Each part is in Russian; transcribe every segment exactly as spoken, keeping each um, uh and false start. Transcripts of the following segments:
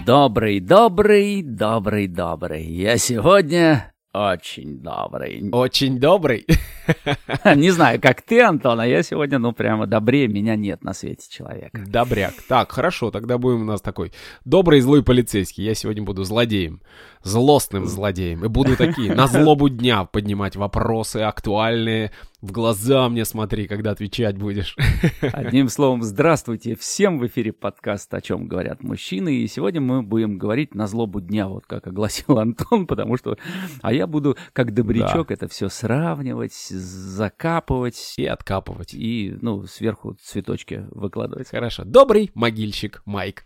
Добрый, добрый, добрый, добрый. Я сегодня очень добрый. Очень добрый? Не знаю, как ты, Антон, а я сегодня, ну, прямо добрее меня нет на свете человека. Добряк. Так, хорошо, тогда будем у нас такой добрый злой полицейский. Я сегодня буду злодеем, злостным злодеем. И буду такие на злобу дня поднимать вопросы актуальные. В глаза мне смотри, когда отвечать будешь. Одним словом, здравствуйте всем, в эфире подкаст «О чем говорят мужчины». И сегодня мы будем говорить на злобу дня, вот как огласил Антон, потому что... А я буду, как добрячок, да. это все сравнивать, закапывать. И откапывать. И, ну, сверху цветочки выкладывать. Хорошо. Добрый могильщик Майк.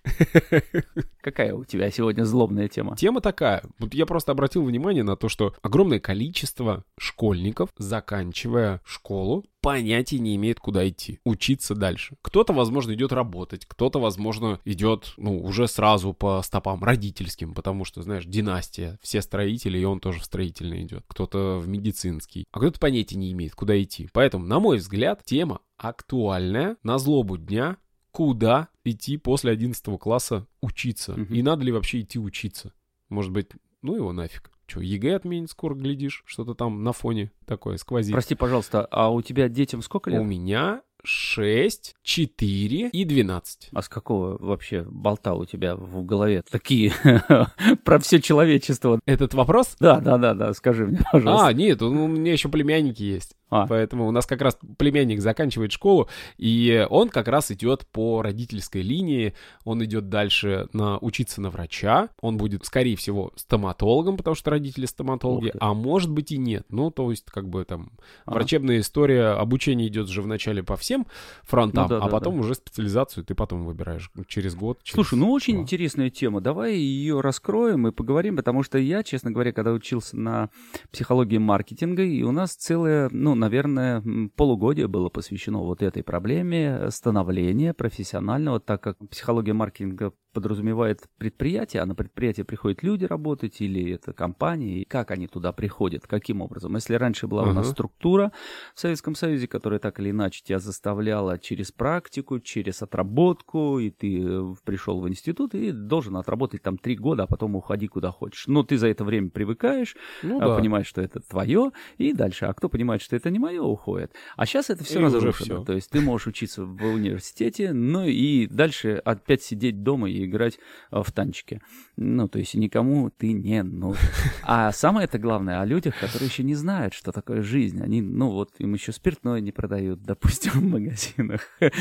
Какая у тебя сегодня злобная тема? Тема такая. Вот я просто обратил внимание на то, что огромное количество школьников, заканчивая школу, понятия не имеет, куда идти, учиться дальше. Кто-то, возможно, идет работать, кто-то, возможно, идет, ну, уже сразу по стопам родительским, потому что, знаешь, династия, все строители, и он тоже в строительный идет. Кто-то в медицинский, а кто-то понятия не имеет, куда идти. Поэтому, на мой взгляд, тема актуальная, на злобу дня, куда идти после одиннадцатого класса учиться. Угу. И надо ли вообще идти учиться? Может быть, ну его нафиг. Что, ЕГЭ отменит скоро, глядишь? Что-то там на фоне такое сквозит. Прости, пожалуйста, а у тебя детям сколько лет? У меня шесть, четыре и двенадцать. А с какого вообще болта у тебя в голове такие про все человечество? Этот вопрос? Да, да, да, да, скажи мне, пожалуйста. А, нет, у меня еще племянники есть. А. Поэтому у нас как раз племянник заканчивает школу, и он как раз идет по родительской линии, он идет дальше на учиться на врача, он будет, скорее всего, стоматологом, потому что родители стоматологи, а может быть и нет. Ну, то есть, как бы там, а. врачебная история, обучение идет же вначале по всем фронтам, ну, да, а да, потом да. уже специализацию ты потом выбираешь через год. Через Слушай, ну очень два. интересная тема, давай ее раскроем и поговорим, потому что я, честно говоря, когда учился на психологии маркетинга, и у нас целая, ну, наверное, полугодие было посвящено вот этой проблеме становления профессионального, так как психология маркетинга подразумевает предприятие, а на предприятие приходят люди работать или это компании, и как они туда приходят, каким образом. Если раньше была uh-huh. у нас структура в Советском Союзе, которая так или иначе тебя заставляла через практику, через отработку, и ты пришел в институт и должен отработать там три года, а потом уходи куда хочешь. Но ты за это время привыкаешь, ну, да. понимаешь, что это твое, и дальше. А кто понимает, что это не мое, уходит. А сейчас это все и разрушено. То есть ты можешь учиться в университете, ну и дальше опять сидеть дома и играть в танчики. Ну, то есть никому ты не нужен. А самое-то главное о людях, которые еще не знают, что такое жизнь. Они, ну вот, им еще спиртное не продают, допустим, в магазинах.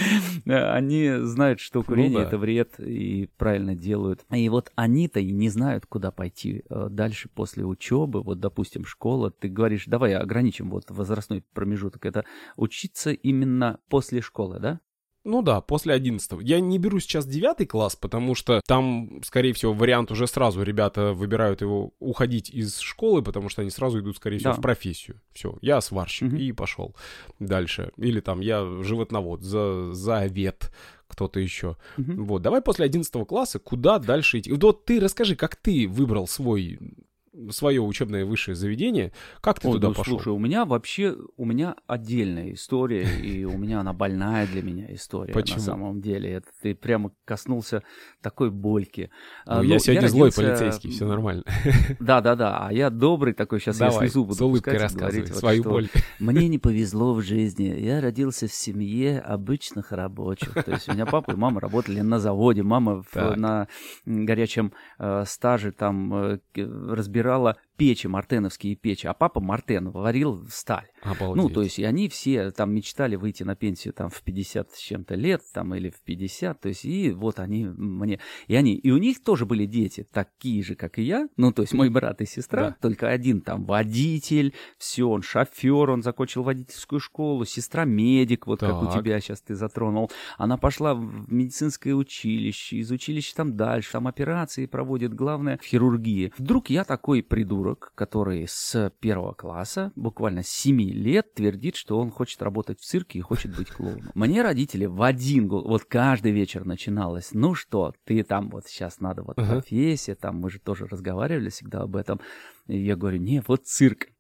Они знают, что курение ну, да. это вред, и правильно делают. И вот они-то и не знают, куда пойти дальше после учебы. Вот, допустим, школа. Ты говоришь, давай ограничим вот возрастной промежуток. Это учиться именно после школы, да? Ну да, после одиннадцатого. Я не беру сейчас девятый класс, потому что там, скорее всего, вариант уже сразу ребята выбирают его уходить из школы, потому что они сразу идут, скорее всего, да. в профессию. Все, я сварщик угу. и пошел дальше. Или там я животновод, за, завет, кто-то еще. Угу. Вот, давай после одиннадцатого класса куда дальше идти? Вот ты расскажи, как ты выбрал свой... свое учебное высшее заведение, как ты Ой, туда ну, пошел? Слушай, у меня вообще, у меня отдельная история, и у меня она больная для меня история. Почему? На самом деле. Это ты прямо коснулся такой больки. Ну, ну, я сегодня я злой родился... полицейский, все нормально. Да-да-да, а я добрый такой, сейчас Давай, я слезу буду с улыбкой пускать, рассказывай говорить, свою вот, боль. Мне не повезло в жизни, я родился в семье обычных рабочих. То есть у меня папа и мама работали на заводе, мама в, на горячем э, стаже там э, разбирала печи, мартеновские печи, а папа Мартен варил сталь. Обалдеть. Ну, то есть и они все там мечтали выйти на пенсию там в пятьдесят с чем-то лет, там, или в пятьдесят, то есть и вот они мне, и они, и у них тоже были дети, такие же, как и я, ну, то есть мой брат и сестра, да. только один там водитель, все, он шофер, он закончил водительскую школу, сестра медик, вот так. Как у тебя сейчас ты затронул, она пошла в медицинское училище, из училища там дальше, там операции проводит, главное, в хирургии. Вдруг я такой придурок, который с первого класса, буквально с семи лет, твердит, что он хочет работать в цирке и хочет быть клоуном. Мне родители в один год, вот каждый вечер начиналось, ну что, ты там вот сейчас надо вот uh-huh. профессия, там мы же тоже разговаривали всегда об этом. И я говорю, не, вот цирк.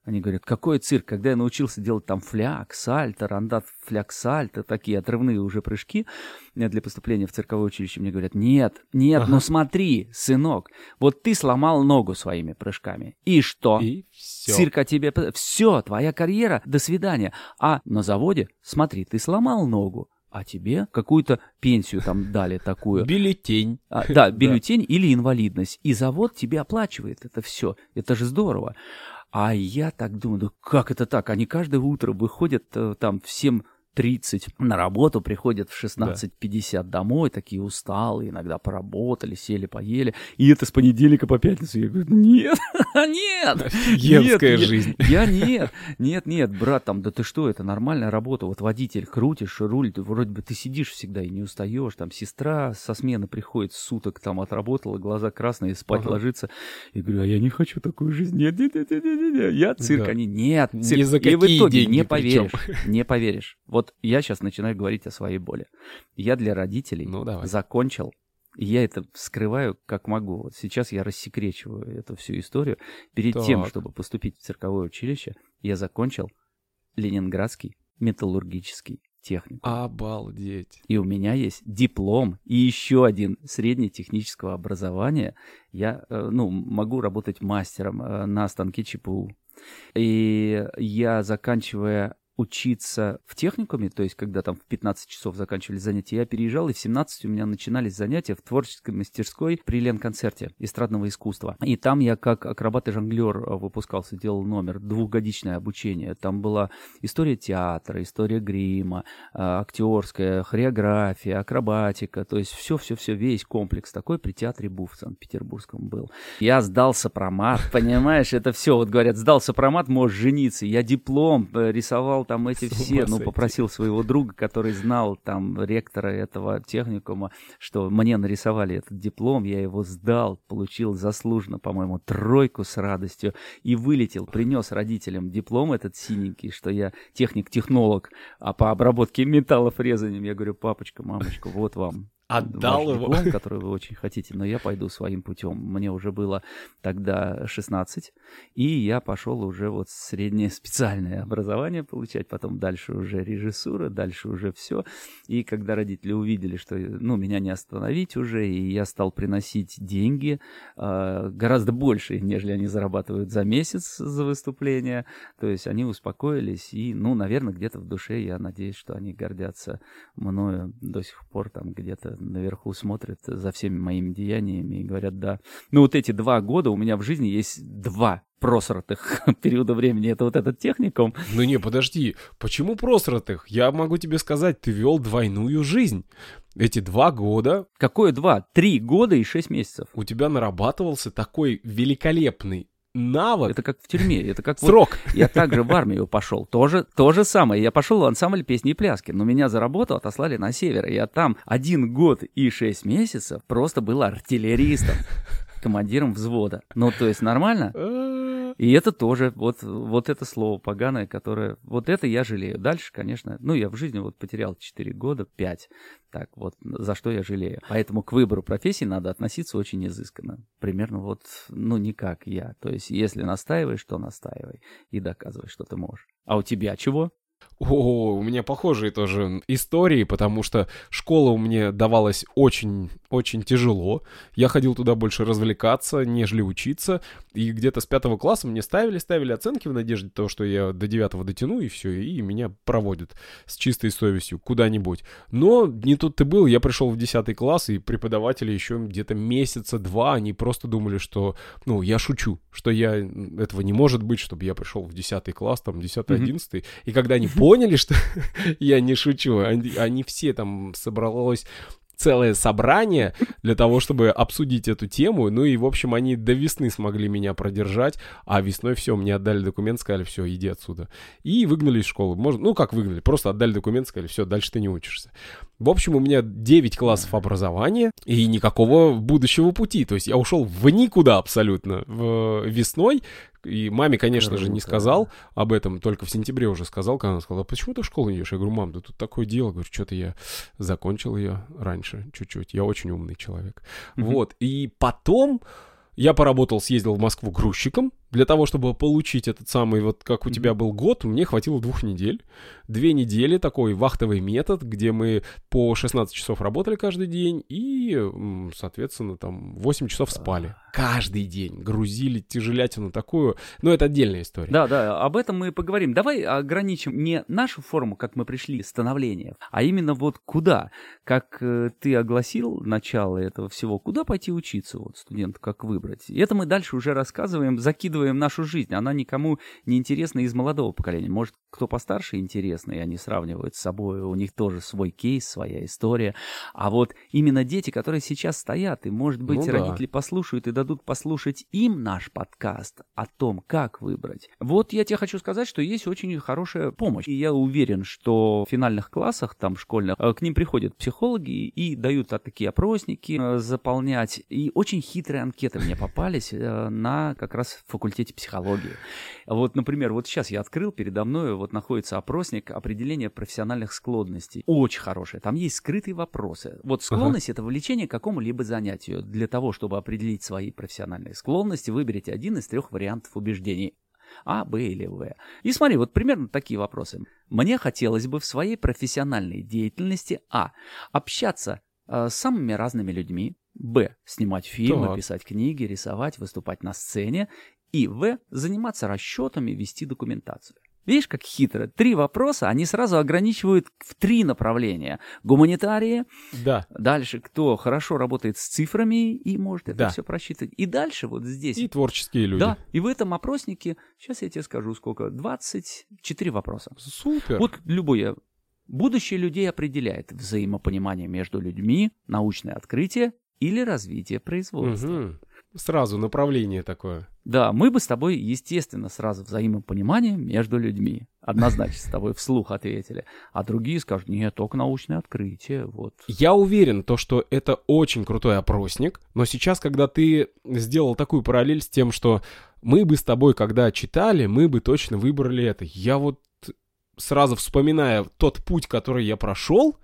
Они говорят, какой цирк? Когда я научился делать там фляк, сальто, рандат, фляк, сальто, такие отрывные уже прыжки для поступления в цирковое училище, мне говорят, нет, нет, ага. ну смотри, сынок, вот ты сломал ногу своими прыжками. И что? И все. Цирк о тебе... Все, твоя карьера, до свидания. А на заводе, смотри, ты сломал ногу, а тебе какую-то пенсию там дали такую. Бюллетень. А, да, бюллетень или инвалидность. И завод тебе оплачивает это все. Это же здорово. А я так думаю, ну как это так? Они каждое утро выходят э, там в семь тридцать на работу, приходят в шестнадцать пятьдесят да. домой, такие усталые, иногда поработали, сели, поели. И это с понедельника по пятницу. Я говорю, нет, нет. Офигенская жизнь. Я нет, нет, нет, брат, там, да ты что, это нормальная работа. Вот водитель крутишь, руль, вроде бы ты сидишь всегда и не устаешь. Там сестра со смены приходит, суток там отработала, глаза красные, спать ага. ложится. И говорю, а я не хочу такую жизнь. Нет, нет, нет, нет, нет, нет. Я цирк, да. они, нет, цирк. Ни за какие и в итоге деньги не поверишь, причем. не поверишь. Вот я сейчас начинаю говорить о своей боли. Я для родителей ну, закончил, и я это скрываю как могу. Вот сейчас я рассекречиваю эту всю историю. Перед так. тем, чтобы поступить в цирковое училище, я закончил Ленинградский металлургический техникум. Обалдеть. И у меня есть диплом и еще один среднетехнического образования. Я ну, могу работать мастером на станке ЧПУ. И я, заканчивая учиться в техникуме, то есть когда там в пятнадцать часов заканчивались занятия, я переезжал, и в семнадцать у меня начинались занятия в творческой мастерской при Ленконцерте эстрадного искусства. И там я как акробат и жонглер выпускался, делал номер, двухгодичное обучение. Там была история театра, история грима, актерская, хореография, акробатика, то есть все-все-все, весь комплекс такой при театре БУФ в Санкт-Петербургском был. Я сдал сопромат, понимаешь, это все, вот говорят, сдал сопромат, можешь жениться. Я диплом рисовал там эти все, ну, попросил своего друга, который знал там ректора этого техникума, что мне нарисовали этот диплом, я его сдал, получил заслуженно, по-моему, тройку с радостью и вылетел, принес родителям диплом этот синенький, что я техник-технолог, а по обработке металлов резанием. Я говорю, папочка, мамочка, вот вам. Отдал ваш его. диплом, который вы очень хотите, но я пойду своим путем. Мне уже было тогда шестнадцать, и я пошел уже вот среднее специальное образование получать, потом дальше уже режиссура, дальше уже все. И когда родители увидели, что ну, меня не остановить уже, и я стал приносить деньги э, гораздо больше, нежели они зарабатывают за месяц за выступление, то есть они успокоились, и, ну, наверное, где-то в душе я надеюсь, что они гордятся мною до сих пор, там где-то наверху смотрят за всеми моими деяниями и говорят, да. Ну вот эти два года у меня в жизни есть два просратых периода времени. Это вот этот техникум. Ну не, подожди. Почему просратых? Я могу тебе сказать, ты вел двойную жизнь. Эти два года... Какое два? Три года и шесть месяцев. У тебя нарабатывался такой великолепный навык. Это как в тюрьме, это как срок. Вот, я также в армию пошел, тоже то же самое. Я пошел в ансамбль песни и пляски, но меня за работу отослали на север. Я там один год и шесть месяцев просто был артиллеристом, командиром взвода. Ну, то есть нормально? И это тоже, вот, вот это слово поганое, которое... Вот это я жалею. Дальше, конечно, ну, я в жизни вот потерял четыре года, пять. Так вот, за что я жалею. Поэтому к выбору профессии надо относиться очень изысканно. Примерно вот, ну, не как я. То есть, если настаиваешь, то настаивай. И доказывай, что ты можешь. А у тебя чего? О, у меня похожие тоже истории, потому что школа мне давалась очень, очень тяжело. Я ходил туда больше развлекаться, нежели учиться. И где-то с пятого класса мне ставили, ставили оценки в надежде того, что я до девятого дотяну, и все, и меня проводят с чистой совестью куда-нибудь. Но не тут-то был, я пришел в десятый класс, и преподаватели еще где-то месяца два, они просто думали, что, ну, я шучу, что я, этого не может быть, чтобы я пришел в десятый класс, там, десятый, одиннадцатый, mm-hmm. и когда они поняли, что я не шучу, они, они все там собралось... целое собрание для того, чтобы обсудить эту тему. Ну и, в общем, они до весны смогли меня продержать, а весной все, мне отдали документ, сказали, все, иди отсюда. И выгнали из школы. Можно, ну, как выгнали? Просто отдали документ, сказали, все, дальше ты не учишься. В общем, у меня девять классов образования и никакого будущего пути. То есть я ушел в никуда абсолютно в... весной. И маме, конечно Круто. же, не сказал об этом, только в сентябре уже сказал, когда она сказала, почему ты в школу не идешь? Я говорю, мам, да тут такое дело. Говорю, что-то я закончил ее раньше чуть-чуть. Я очень умный человек. Mm-hmm. Вот. И потом я поработал, съездил в Москву грузчиком Для того, чтобы получить этот самый, вот как у mm-hmm. тебя был год, мне хватило двух недель. Две недели такой вахтовый метод, где мы по шестнадцать часов работали каждый день и, соответственно, там восемь часов спали. Каждый день грузили тяжелятину такую. Но это отдельная история. Да, да, об этом мы поговорим. Давай ограничим не нашу форму, как мы пришли, становления, а именно вот куда. Как э, ты огласил начало этого всего, куда пойти учиться, вот студенту, как выбрать. И это мы дальше уже рассказываем, закидываем нашу жизнь. Она никому не интересна из молодого поколения. Может, кто постарше интересно, и они сравнивают с собой, у них тоже свой кейс, своя история. А вот именно дети, которые сейчас стоят, и, может быть, ну, родители да. послушают и дадут послушать им наш подкаст о том, как выбрать. Вот я тебе хочу сказать, что есть очень хорошая помощь. И я уверен, что в финальных классах, там, школьных, к ним приходят психологи и дают такие опросники заполнять. И очень хитрые анкеты мне попались на как раз факультете психологии. Вот, например, вот сейчас я открыл, передо мной вот находится опросник определения профессиональных склонностей. Очень хороший. Там есть скрытые вопросы. Вот склонность ага. — это влечение к какому-либо занятию. Для того, чтобы определить свои профессиональные склонности, выберите один из трех вариантов убеждений. А, Б или В. И смотри, вот примерно такие вопросы. Мне хотелось бы в своей профессиональной деятельности А. общаться э, с самыми разными людьми. Б. Снимать фильмы, так. писать книги, рисовать, выступать на сцене. И В. Заниматься расчетами, вести документацию. Видишь, как хитро. Три вопроса, они сразу ограничивают в три направления. Гуманитарии. Да. Дальше, кто хорошо работает с цифрами и может это да. все просчитывать. И дальше вот здесь. И творческие люди. Да. И в этом опроснике, сейчас я тебе скажу сколько, двадцать четыре вопроса. Супер. Вот любое. Будущее людей определяет взаимопонимание между людьми, научное открытие или развитие производства. Угу. Сразу направление такое. Да, мы бы с тобой, естественно, сразу взаимопонимание между людьми. Однозначно с тобой вслух ответили. А другие скажут, нет, только научное открытие. Вот. Я уверен, то, что это очень крутой опросник, но сейчас, когда ты сделал такую параллель с тем, что мы бы с тобой, когда читали, мы бы точно выбрали это. Я вот сразу вспоминая тот путь, который я прошел,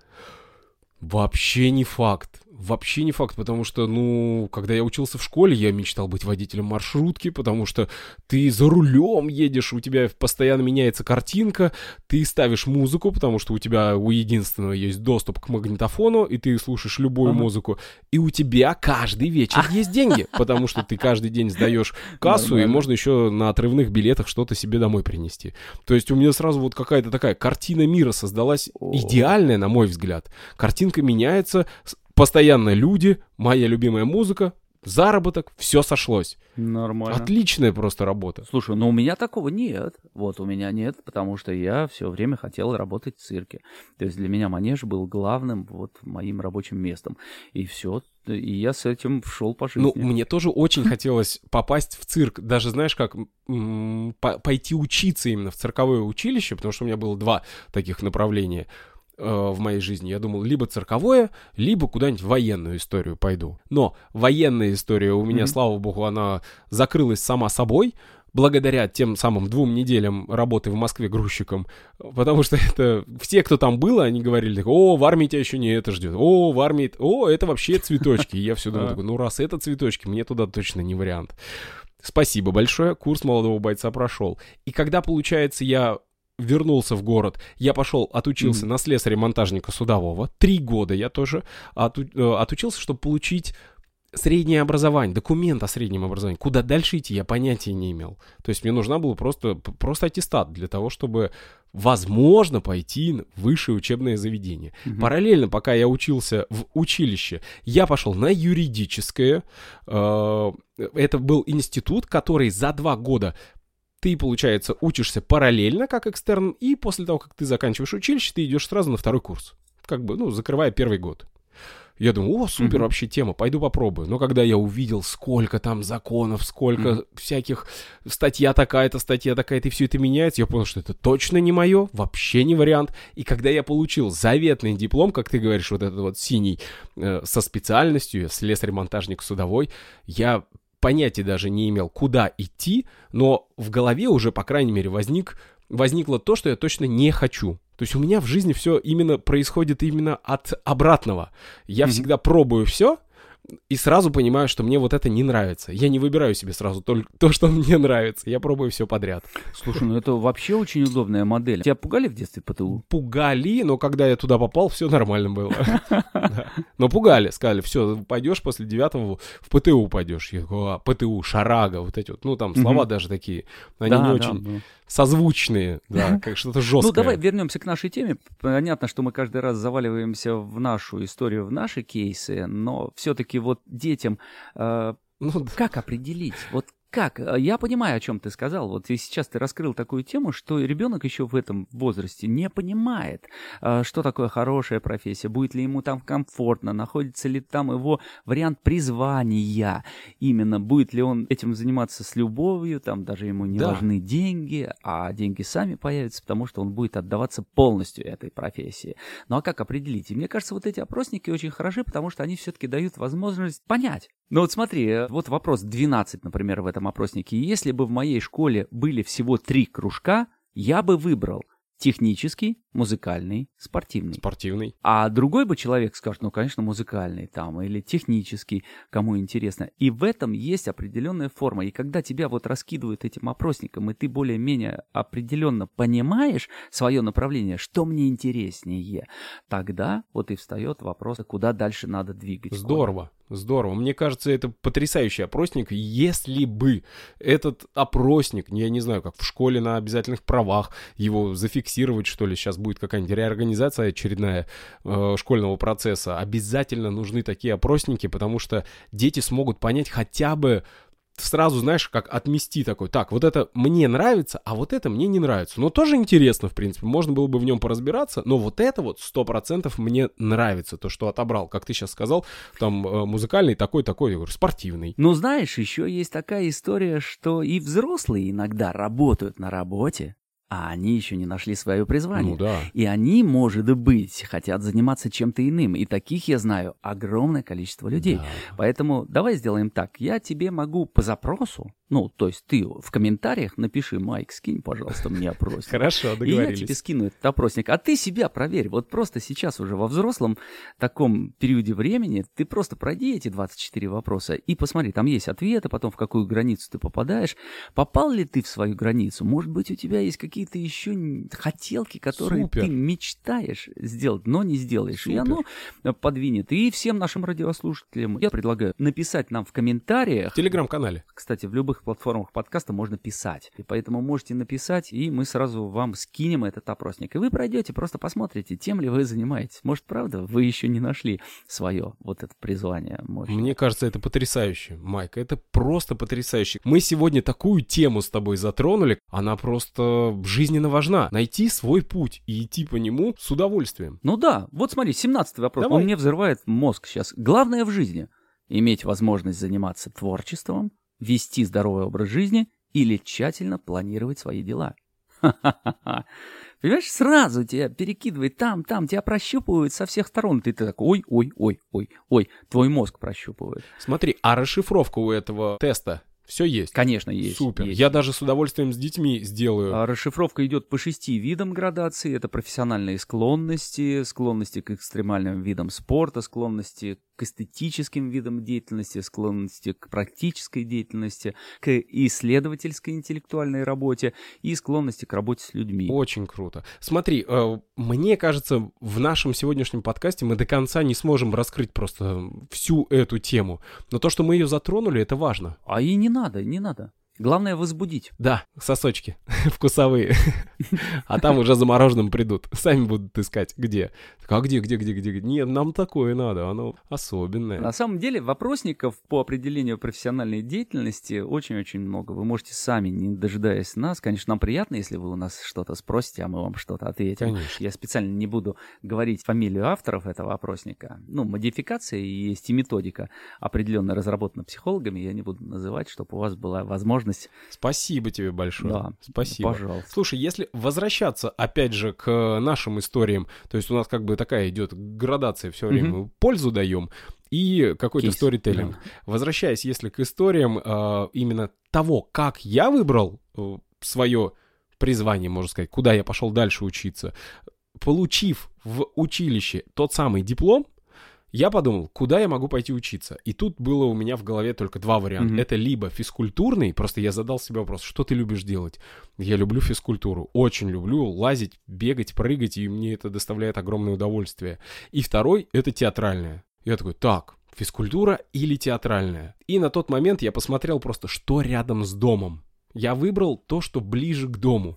вообще не факт. Вообще не факт, потому что, ну, когда я учился в школе, я мечтал быть водителем маршрутки, потому что ты за рулем едешь, у тебя постоянно меняется картинка, ты ставишь музыку, потому что у тебя у единственного есть доступ к магнитофону, и ты слушаешь любую ага. музыку, и у тебя каждый вечер есть деньги, потому что ты каждый день сдаешь кассу, Нормально. И можно еще на отрывных билетах что-то себе домой принести. То есть у меня сразу вот какая-то такая картина мира создалась, О. идеальная, на мой взгляд. Картинка меняется, постоянно люди, моя любимая музыка, заработок, все сошлось. Нормально. Отличная просто работа. Слушай, ну у меня такого нет. Вот у меня нет, потому что я все время хотел работать в цирке. То есть для меня манеж был главным вот моим рабочим местом. И все. И я с этим шел по жизни. Ну, мне тоже очень хотелось попасть в цирк. Даже, знаешь, как м- пойти учиться именно в цирковое училище, потому что у меня было два таких направления в моей жизни. Я думал, либо цирковое, либо куда-нибудь в военную историю пойду. Но военная история у меня, mm-hmm. слава богу, она закрылась сама собой, благодаря тем самым двум неделям работы в Москве грузчиком, потому что это все, кто там был, они говорили, о, в армии тебя еще не это ждет, о, в армии, о, это вообще цветочки. И я все думал, ну раз это цветочки, мне туда точно не вариант. Спасибо большое, курс молодого бойца прошел. И когда, получается, я вернулся в город, я пошел, отучился mm-hmm. на слесаря-монтажника судового. Три года я тоже оту- отучился, чтобы получить среднее образование, документ о среднем образовании. Куда дальше идти, я понятия не имел. То есть мне нужна была просто, просто аттестат для того, чтобы, возможно, пойти в высшее учебное заведение. Mm-hmm. Параллельно, пока я учился в училище, я пошел на юридическое. Это был институт, который за два года ты, получается, учишься параллельно, как экстерн, и после того, как ты заканчиваешь училище, ты идешь сразу на второй курс. Как бы, ну, закрывая первый год. Я думаю, о, супер, mm-hmm. вообще тема, пойду попробую. Но когда я увидел, сколько там законов, сколько mm-hmm. всяких, статья такая-то, статья такая-то, и все это меняется, я понял, что это точно не мое, вообще не вариант. И когда я получил заветный диплом, как ты говоришь, вот этот вот синий, э, со специальностью, слесарь-монтажник судовой, я понятия даже не имел, куда идти, но в голове уже, по крайней мере, возник, возникло то, что я точно не хочу. То есть у меня в жизни все именно происходит именно от обратного. Я mm-hmm. всегда пробую все, и сразу понимаю, что мне вот это не нравится. Я не выбираю себе сразу только то, что мне нравится. Я пробую все подряд. Слушай, ну это вообще очень удобная модель. Тебя пугали в детстве ПТУ? Пугали, но когда я туда попал, все нормально было. Но пугали, сказали, все, пойдешь после девятого в ПТУ пойдешь. Я такой, а, ПТУ, шарага, вот эти вот, ну там слова даже такие, они не очень созвучные, да, как что-то жесткое. Ну давай вернемся к нашей теме. Понятно, что мы каждый раз заваливаемся в нашу историю, в наши кейсы, но все-таки вот детям э, ну, как определить? Вот как? Я понимаю, о чем ты сказал. Вот и сейчас ты раскрыл такую тему, что ребенок еще в этом возрасте не понимает, что такое хорошая профессия, будет ли ему там комфортно, находится ли там его вариант призвания, именно будет ли он этим заниматься с любовью, там даже ему не да. важны деньги, а деньги сами появятся, потому что он будет отдаваться полностью этой профессии. Ну а как определить? И мне кажется, вот эти опросники очень хороши, потому что они все-таки дают возможность понять. Ну вот смотри, вот вопрос двенадцать, например, в этом опроснике. Если бы в моей школе были всего три кружка, я бы выбрал технический, музыкальный, спортивный. Спортивный. А другой бы человек скажет, ну, конечно, музыкальный там, или технический, кому интересно. И в этом есть определенная форма. И когда тебя вот раскидывают этим опросником, и ты более-менее определенно понимаешь свое направление, что мне интереснее, тогда вот и встает вопрос, куда дальше надо двигать. Здорово. Здорово. Мне кажется, это потрясающий опросник. Если бы этот опросник, я не знаю, как в школе на обязательных правах, его зафиксировать, что ли, сейчас будет какая-нибудь реорганизация очередная э, школьного процесса, обязательно нужны такие опросники, потому что дети смогут понять хотя бы сразу, знаешь, как отмести такой, так, вот это мне нравится, а вот это мне не нравится. Но тоже интересно, в принципе, можно было бы в нем поразбираться, но вот это вот сто процентов мне нравится, то, что отобрал, как ты сейчас сказал, там музыкальный такой-такой, я говорю, спортивный. Ну, знаешь, еще есть такая история, что и взрослые иногда работают на работе, а они еще не нашли свое призвание. Ну да. И они, может быть, хотят заниматься чем-то иным. И таких, я знаю, огромное количество людей. Да. Поэтому давай сделаем так. Я тебе могу по запросу, ну, то есть ты в комментариях напиши, Майк, скинь, пожалуйста, мне опросник. Хорошо, договорились. И я тебе скину этот опросник. А ты себя проверь. Вот просто сейчас уже во взрослом таком периоде времени ты просто пройди эти двадцать четыре вопроса и посмотри, там есть ответы, потом в какую границу ты попадаешь. Попал ли ты в свою границу? Может быть, у тебя есть какие-то какие-то еще хотелки, которые Супер. Ты мечтаешь сделать, но не сделаешь. Супер. И оно подвинет. И всем нашим радиослушателям я предлагаю написать нам в комментариях. В Телеграм-канале. Кстати, в любых платформах подкаста можно писать. И поэтому можете написать, и мы сразу вам скинем этот опросник. И вы пройдете, просто посмотрите, тем ли вы занимаетесь. Может, правда, вы еще не нашли свое вот это призвание. Может. Мне кажется, это потрясающе, Майк. Это просто потрясающе. Мы сегодня такую тему с тобой затронули. Она просто жизненно важна. Найти свой путь и идти по нему с удовольствием. Ну да, вот смотри, семнадцатый вопрос. Давай. Он мне взрывает мозг сейчас. Главное в жизни — иметь возможность заниматься творчеством, вести здоровый образ жизни или тщательно планировать свои дела. Ха-ха-ха. Понимаешь, сразу тебя перекидывает там, там, тебя прощупывают со всех сторон. Ты, ты такой, ой, ой, ой, ой, ой, твой мозг прощупывает. Смотри, а расшифровка у этого теста? Все есть? Конечно, есть. Супер. Есть. Я даже с удовольствием с детьми сделаю. А расшифровка идет по шести видам градации. Это профессиональные склонности, склонности к экстремальным видам спорта, склонности к эстетическим видам деятельности, склонности к практической деятельности, к исследовательской интеллектуальной работе и склонности к работе с людьми. Очень круто. Смотри, э, мне кажется, в нашем сегодняшнем подкасте мы до конца не сможем раскрыть просто всю эту тему. Но то, что мы ее затронули, это важно. А и не надо, не надо. Главное возбудить. Да, сосочки вкусовые. А там уже за мороженым придут. Сами будут искать, где. А где, где, где, где? Нет, нам такое надо, оно особенное. На самом деле вопросников по определению профессиональной деятельности очень-очень много. Вы можете сами, не дожидаясь нас. Конечно, нам приятно, если вы у нас что-то спросите, а мы вам что-то ответим. Конечно. Я специально не буду говорить фамилию авторов этого опросника. Ну, модификация есть и методика, определенно разработана психологами. Я не буду называть, чтобы у вас была возможность. Спасибо тебе большое. Да, спасибо. Пожалуйста. Слушай, если возвращаться опять же к нашим историям, то есть у нас как бы такая идет градация все время, mm-hmm. пользу даем и какой-то сторителлинг. Да. Возвращаясь, если к историям э, именно того, как я выбрал э, свое призвание, можно сказать, куда я пошел дальше учиться, получив в училище тот самый диплом, Я подумал, куда я могу пойти учиться? И тут было у меня в голове только два варианта. Mm-hmm. Это либо физкультурный, просто я задал себе вопрос, что ты любишь делать? Я люблю физкультуру, очень люблю лазить, бегать, прыгать, и мне это доставляет огромное удовольствие. И второй — это театральное. Я такой, так, физкультура или театральная? И на тот момент я посмотрел просто, что рядом с домом. Я выбрал то, что ближе к дому,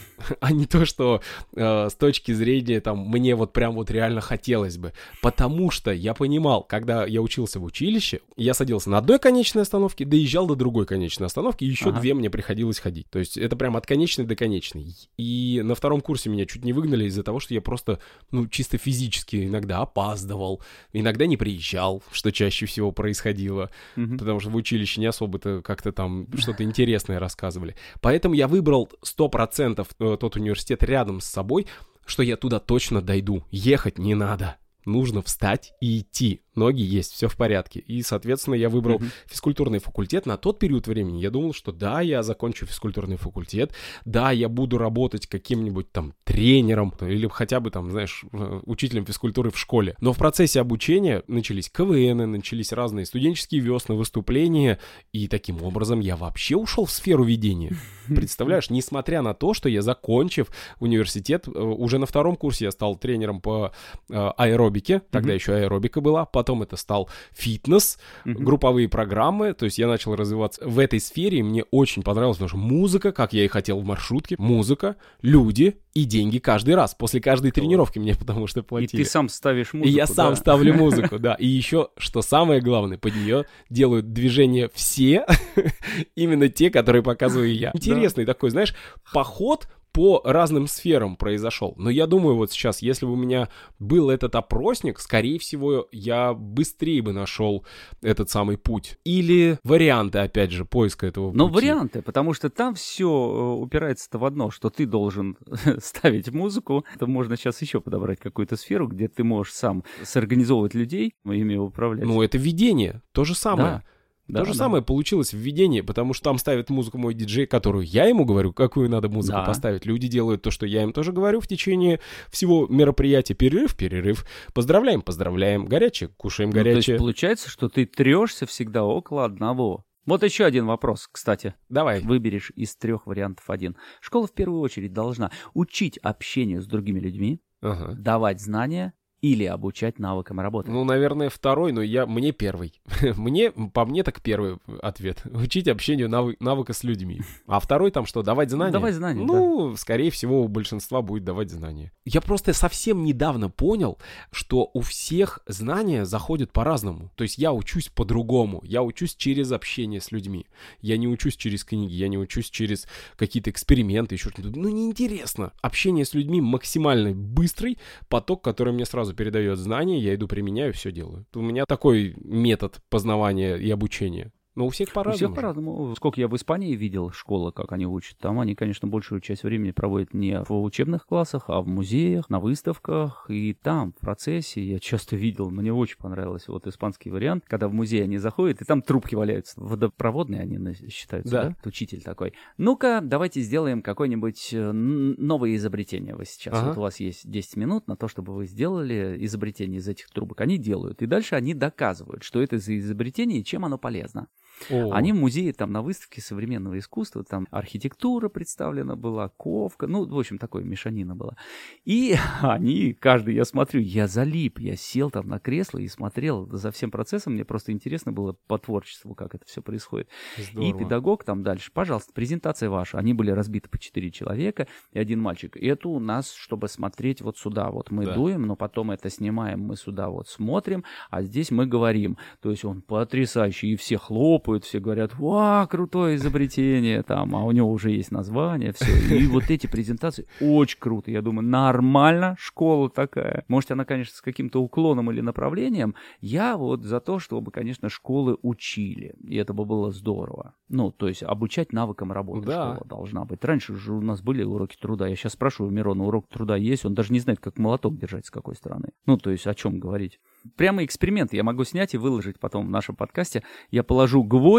а не то, что э, с точки зрения, там, мне вот прям вот реально хотелось бы. Потому что я понимал, когда я учился в училище, я садился на одной конечной остановке, доезжал до другой конечной остановки, и еще ага. две мне приходилось ходить. То есть это прям от конечной до конечной. И на втором курсе меня чуть не выгнали из-за того, что я просто, ну, чисто физически иногда опаздывал, иногда не приезжал, что чаще всего происходило, угу. потому что в училище не особо-то как-то там что-то интересное рассказывали. Поэтому я выбрал сто процентов тот университет рядом с собой, что я туда точно дойду. Ехать не надо. Нужно встать и идти. Ноги есть, все в порядке. И, соответственно, я выбрал mm-hmm. физкультурный факультет. На тот период времени я думал, что да, я закончу физкультурный факультет, да, я буду работать каким-нибудь там тренером или хотя бы там, знаешь, учителем физкультуры в школе. Но в процессе обучения начались КВНы, начались разные студенческие весны, выступления, и таким образом я вообще ушел в сферу ведения. Представляешь, несмотря на то, что я, закончив университет, уже на втором курсе я стал тренером по аэробике, тогда mm-hmm. еще аэробика была, потом это стал фитнес, mm-hmm. групповые программы, то есть я начал развиваться в этой сфере, и мне очень понравилось, потому что музыка, как я и хотел в маршрутке, музыка, люди и деньги каждый раз, после каждой тренировки мне потому что платили. И ты сам ставишь музыку. И я да? сам ставлю музыку, да, и еще, что самое главное, под нее делают движения все, именно те, которые показываю я. Интересный такой, знаешь, поход по разным сферам произошел. Но я думаю, вот сейчас, если бы у меня был этот опросник, скорее всего, я быстрее бы нашел этот самый путь. Или варианты, опять же, поиска этого пути. Но варианты, потому что там все упирается-то в одно, что ты должен ставить музыку. Это можно сейчас еще подобрать какую-то сферу, где ты можешь сам сорганизовывать людей, ими управлять. Ну, это ведение, то же самое. Да. То да, же да. самое получилось в ведении, потому что там ставит музыку мой диджей, которую я ему говорю, какую надо музыку да. поставить. Люди делают то, что я им тоже говорю в течение всего мероприятия. Перерыв, перерыв. Поздравляем, поздравляем. Горячее, кушаем горячее. Ну, то есть получается, что ты трешься всегда около одного. Вот еще один вопрос, кстати. Давай. Выберешь из трех вариантов один. Школа в первую очередь должна учить общению с другими людьми, ага. давать знания, или обучать навыкам работы? Ну, наверное, второй, но я, мне первый. мне, по мне так первый ответ. Учить общению навы, навыка с людьми. А второй там что, давать знания? Давать знания, Ну, да. скорее всего, у большинства будет давать знания. Я просто совсем недавно понял, что у всех знания заходят по-разному. То есть я учусь по-другому. Я учусь через общение с людьми. Я не учусь через книги, я не учусь через какие-то эксперименты, еще что-то. Ну, неинтересно. Общение с людьми максимально быстрый поток, который мне сразу передает знания, я иду, применяю, все делаю. У меня такой метод познавания и обучения. Но у всех по-разному. У всех по-разному. Сколько я в Испании видел школы, как они учат, там они, конечно, большую часть времени проводят не в учебных классах, а в музеях, на выставках. И там, в процессе, я часто видел, мне очень понравился вот испанский вариант, когда в музей они заходят, и там трубки валяются. Водопроводные они считаются, да? да? Учитель такой. Ну-ка, давайте сделаем какое-нибудь новое изобретение вы сейчас. Ага. Вот у вас есть десять минут на то, чтобы вы сделали изобретение из этих трубок. Они делают. И дальше они доказывают, что это за изобретение и чем оно полезно. О. Они в музее, там на выставке современного искусства, там архитектура представлена была, ковка, ну, в общем, такое мешанина была. И они, каждый, я смотрю, я залип, я сел там на кресло и смотрел за всем процессом, мне просто интересно было по творчеству, как это все происходит. Здорово. И педагог там дальше, пожалуйста, презентация ваша. Они были разбиты по четыре человека и один мальчик. Это у нас, чтобы смотреть вот сюда, вот мы да. дуем, но потом это снимаем, мы сюда вот смотрим, а здесь мы говорим. То есть он потрясающий, и все хлопают, все говорят, ва, крутое изобретение, там, а у него уже есть название, все. И вот эти презентации очень круто. Я думаю, нормально, школа такая. Может, она, конечно, с каким-то уклоном или направлением. Я вот за то, чтобы, конечно, школы учили. И это бы было здорово. Ну, то есть обучать навыкам работы да. школа должна быть. Раньше же у нас были уроки труда. Я сейчас спрашиваю Мирона, урок труда есть? Он даже не знает, как молоток держать, с какой стороны. Ну, то есть о чем говорить. Прямо эксперимент я могу снять и выложить потом в нашем подкасте. Я положу гвоздь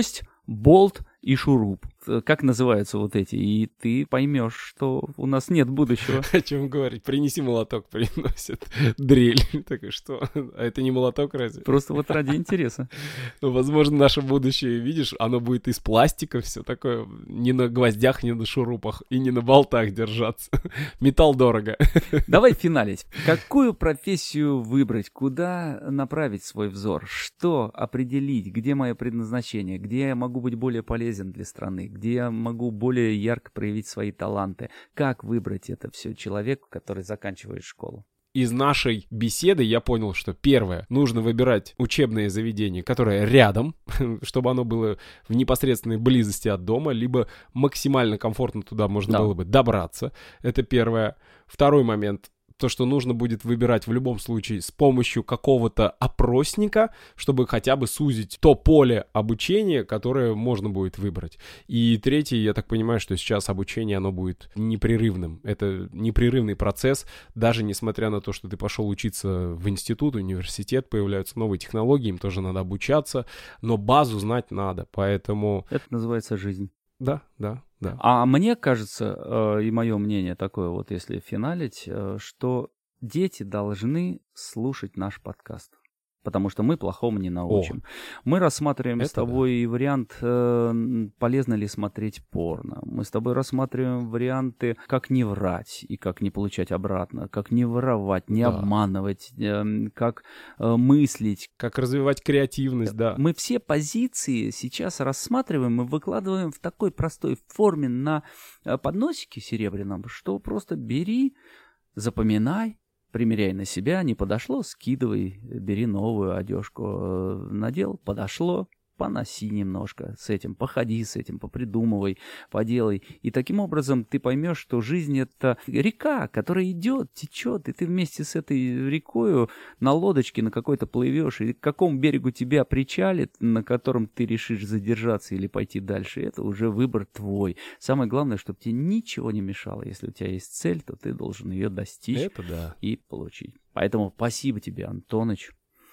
болт и шуруп. Как называются вот эти? И ты поймешь, что у нас нет будущего. О чем говорить? Принеси молоток, приносят. Дрель. Так что? А это не молоток разве? Просто вот ради интереса. Ну, возможно, наше будущее, видишь, оно будет из пластика, все такое. Не на гвоздях, не на шурупах и не на болтах держаться. Металл дорого. Давай финалить. Какую профессию выбрать? Куда направить свой взор? Что определить? Где мое предназначение? Где я могу быть более полезен для страны? Где я могу более ярко проявить свои таланты? Как выбрать это все человеку, который заканчивает школу? Из нашей беседы я понял, что первое, нужно выбирать учебное заведение, которое рядом, чтобы оно было в непосредственной близости от дома, либо максимально комфортно туда можно да. было бы добраться. Это первое. Второй момент. То, что нужно будет выбирать в любом случае с помощью какого-то опросника, чтобы хотя бы сузить то поле обучения, которое можно будет выбрать. И третье, я так понимаю, что сейчас обучение, оно будет непрерывным. Это непрерывный процесс, даже несмотря на то, что ты пошел учиться в институт, университет, появляются новые технологии, им тоже надо обучаться, но базу знать надо, поэтому... Это называется жизнь. Да, да, да. А мне кажется, и мое мнение такое, вот если финалить, что дети должны слушать наш подкаст. Потому что мы плохому не научим. О, мы рассматриваем с тобой да. вариант, э, полезно ли смотреть порно. Мы с тобой рассматриваем варианты, как не врать и как не получать обратно, как не воровать, не да. обманывать, э, как э, мыслить. Как развивать креативность, да. Мы все позиции сейчас рассматриваем и выкладываем в такой простой форме на подносике серебряном, что просто бери, запоминай, примеряй на себя, не подошло, скидывай, бери новую одежку, надел, подошло, поноси немножко с этим, походи с этим, попридумывай, поделай. И таким образом ты поймешь, что жизнь — это река, которая идет, течет, и ты вместе с этой рекою на лодочке на какой-то плывешь, и к какому берегу тебя причалит, на котором ты решишь задержаться или пойти дальше, это уже выбор твой. Самое главное, чтобы тебе ничего не мешало. Если у тебя есть цель, то ты должен ее достичь это да. и получить. Поэтому спасибо тебе, Антоныч,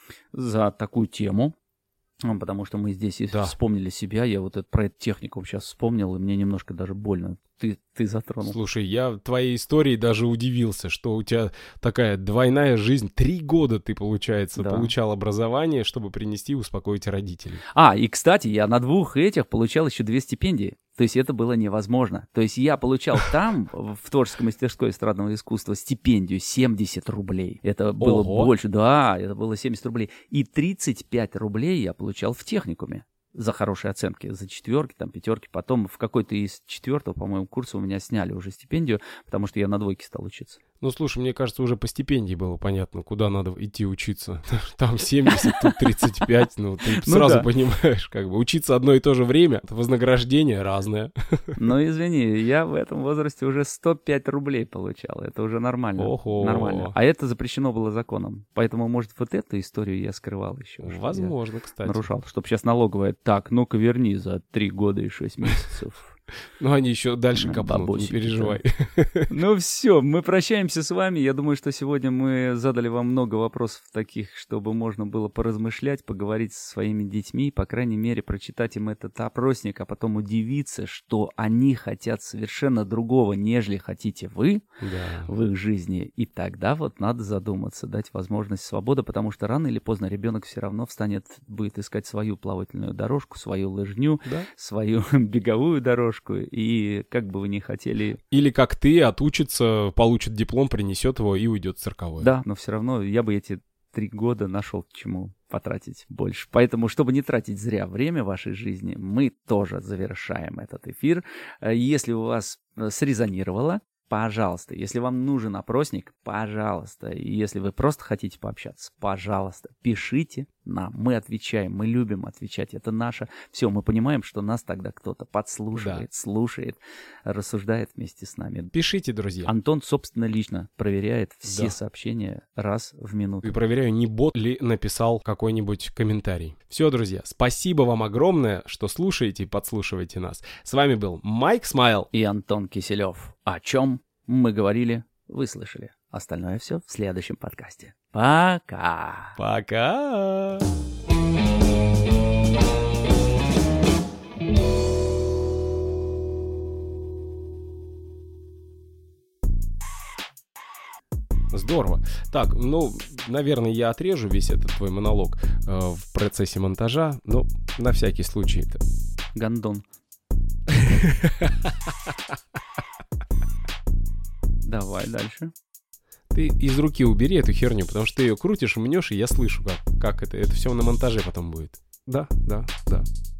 за такую тему. Потому что мы здесь и да. вспомнили себя. Я вот этот про этот техникум сейчас вспомнил, и мне немножко даже больно. Ты, ты затронул. Слушай, я твоей историей даже удивился, что у тебя такая двойная жизнь. Три года ты, получается, да. получал образование, чтобы принести и успокоить родителей. А, и, кстати, я на двух этих получал еще две стипендии. То есть это было невозможно. То есть я получал там, в творческой мастерской эстрадного искусства, стипендию семьдесят рублей. Это было Ого. больше. Да, это было семьдесят рублей. И тридцать пять рублей я получал в техникуме за хорошие оценки, за четверки, там, пятерки. Потом в какой-то из четвертого, по-моему, курса у меня сняли уже стипендию, потому что я на двойке стал учиться. Ну, слушай, мне кажется, уже по стипендии было понятно, куда надо идти учиться. Там семьдесят, тут тридцать пять, ну, ты ну, сразу да. понимаешь, как бы, учиться одно и то же время, вознаграждение разное. Ну, извини, я в этом возрасте уже сто пять рублей получал, это уже нормально. Ого. Нормально. А это запрещено было законом, поэтому, может, вот эту историю я скрывал еще. Возможно, кстати. Нарушал, чтобы сейчас налоговая, так, ну-ка верни за три года и шесть месяцев. Ну, они еще дальше копнут, не переживай. Ну все, мы прощаемся с вами. Я думаю, что сегодня мы задали вам много вопросов таких, чтобы можно было поразмышлять, поговорить со своими детьми, по крайней мере, прочитать им этот опросник, а потом удивиться, что они хотят совершенно другого, нежели хотите вы да. в их жизни. И тогда вот надо задуматься, дать возможность свободы, потому что рано или поздно ребенок все равно встанет, будет искать свою плавательную дорожку, свою лыжню, да? свою беговую дорожку. И как бы вы ни хотели... Или как ты, отучится, получит диплом, принесет его и уйдет в цирковое. Да, но все равно я бы эти три года нашел к чему потратить больше. Поэтому, чтобы не тратить зря время в вашей жизни, мы тоже завершаем этот эфир. Если у вас срезонировало, пожалуйста, если вам нужен опросник, пожалуйста. И если вы просто хотите пообщаться, пожалуйста, пишите нам. Мы отвечаем, мы любим отвечать. Это наше все. Мы понимаем, что нас тогда кто-то подслушивает, да. слушает, рассуждает вместе с нами. Пишите, друзья. Антон, собственно, лично проверяет все да. сообщения раз в минуту. И проверяю, не бот ли написал какой-нибудь комментарий. Все, друзья, спасибо вам огромное, что слушаете и подслушиваете нас. С вами был Майк Смайл и Антон Киселев. О чем мы говорили, вы слышали. Остальное все в следующем подкасте. Пока! Пока! Здорово. Так, ну, наверное, я отрежу весь этот твой монолог э, в процессе монтажа, но на всякий случай это... Гондон. Давай дальше. Ты из руки убери эту херню, потому что ты ее крутишь, мнешь, и я слышу, как, как это. Это все на монтаже потом будет. Да, да, да.